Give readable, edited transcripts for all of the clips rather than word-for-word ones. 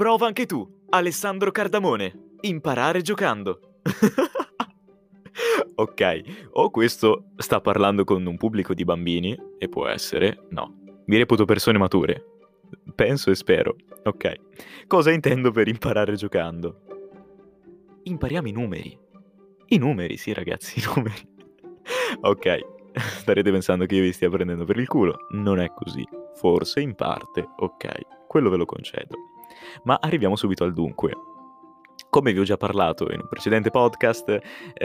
Prova anche tu, Alessandro Cardamone. Imparare giocando. Ok, o questo sta parlando con un pubblico di bambini, e può essere, no. Mi reputo persone mature. Penso e spero. Ok. Cosa intendo per imparare giocando? Impariamo i numeri. I numeri, sì ragazzi, i numeri. Ok, starete pensando che io vi stia prendendo per il culo. Non è così. Forse in parte, ok, quello ve lo concedo. Ma arriviamo subito al dunque. Come vi ho già parlato in un precedente podcast,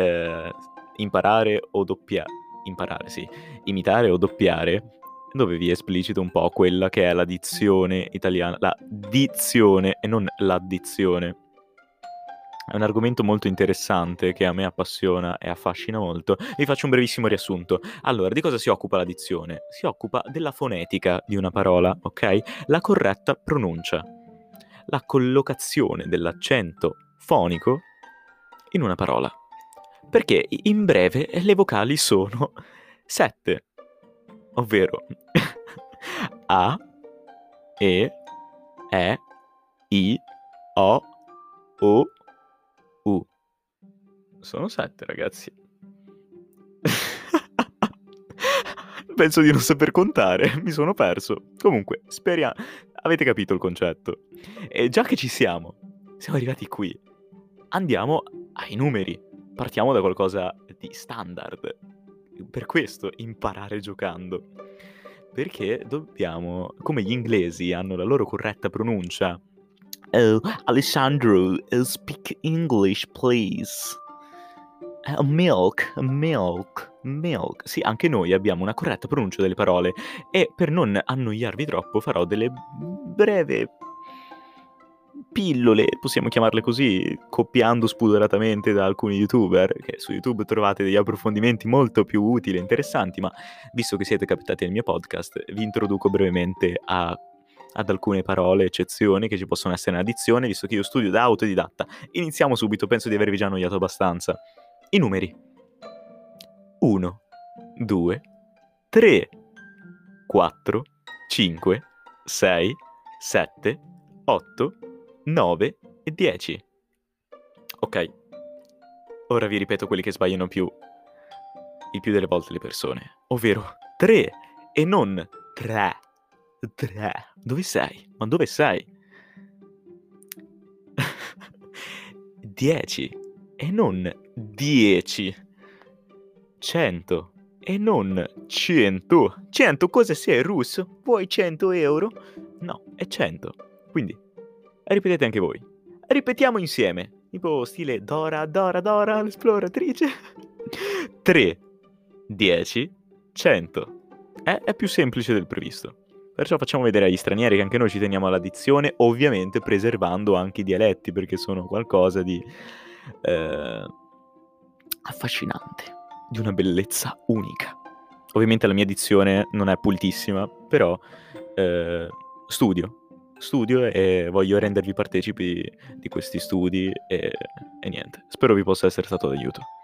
imitare o doppiare, dove vi esplicito un po' quella che è la dizione italiana, la dizione e non l'addizione. È un argomento molto interessante che a me appassiona e affascina molto. Vi faccio un brevissimo riassunto. Allora, di cosa si occupa la dizione? Si occupa della fonetica di una parola, ok? La corretta pronuncia, la collocazione dell'accento fonico in una parola. Perché in breve le vocali sono 7, ovvero A, E, I, O, U, U. Sono 7, ragazzi. Penso di non saper contare, mi sono perso. Comunque, speriamo. Avete capito il concetto. E già che ci siamo arrivati qui. Andiamo ai numeri. Partiamo da qualcosa di standard. Per questo imparare giocando. Perché dobbiamo, come gli inglesi hanno la loro corretta pronuncia. Oh, Alessandro, speak English, please. Milk. Sì, anche noi abbiamo una corretta pronuncia delle parole e per non annoiarvi troppo farò delle breve pillole, possiamo chiamarle così, copiando spudoratamente da alcuni youtuber, che su YouTube trovate degli approfondimenti molto più utili e interessanti, ma visto che siete capitati nel mio podcast, vi introduco brevemente ad alcune parole, eccezioni che ci possono essere in addizione, visto che io studio da autodidatta. Iniziamo subito, penso di avervi già annoiato abbastanza. I numeri. 1, 2, 3, 4, 5, 6, 7, 8, 9 e 10. Ok, ora vi ripeto quelli che sbagliano il più delle volte le persone, ovvero 3 e non 3. 3. Dove sei? Ma dove sei? 10 e non 10. 100 e non 100. 100 cosa sei, russo? Vuoi 100 euro? No, è 100. Quindi, ripetete anche voi. Ripetiamo insieme. Tipo stile Dora, l'esploratrice. 3, 10, 100. È più semplice del previsto. Perciò facciamo vedere agli stranieri che anche noi ci teniamo all'addizione, ovviamente preservando anche i dialetti, perché sono qualcosa di affascinante, di una bellezza unica. Ovviamente la mia dizione non è pulitissima, però studio e voglio rendervi partecipi di questi studi e niente. Spero vi possa essere stato d'aiuto.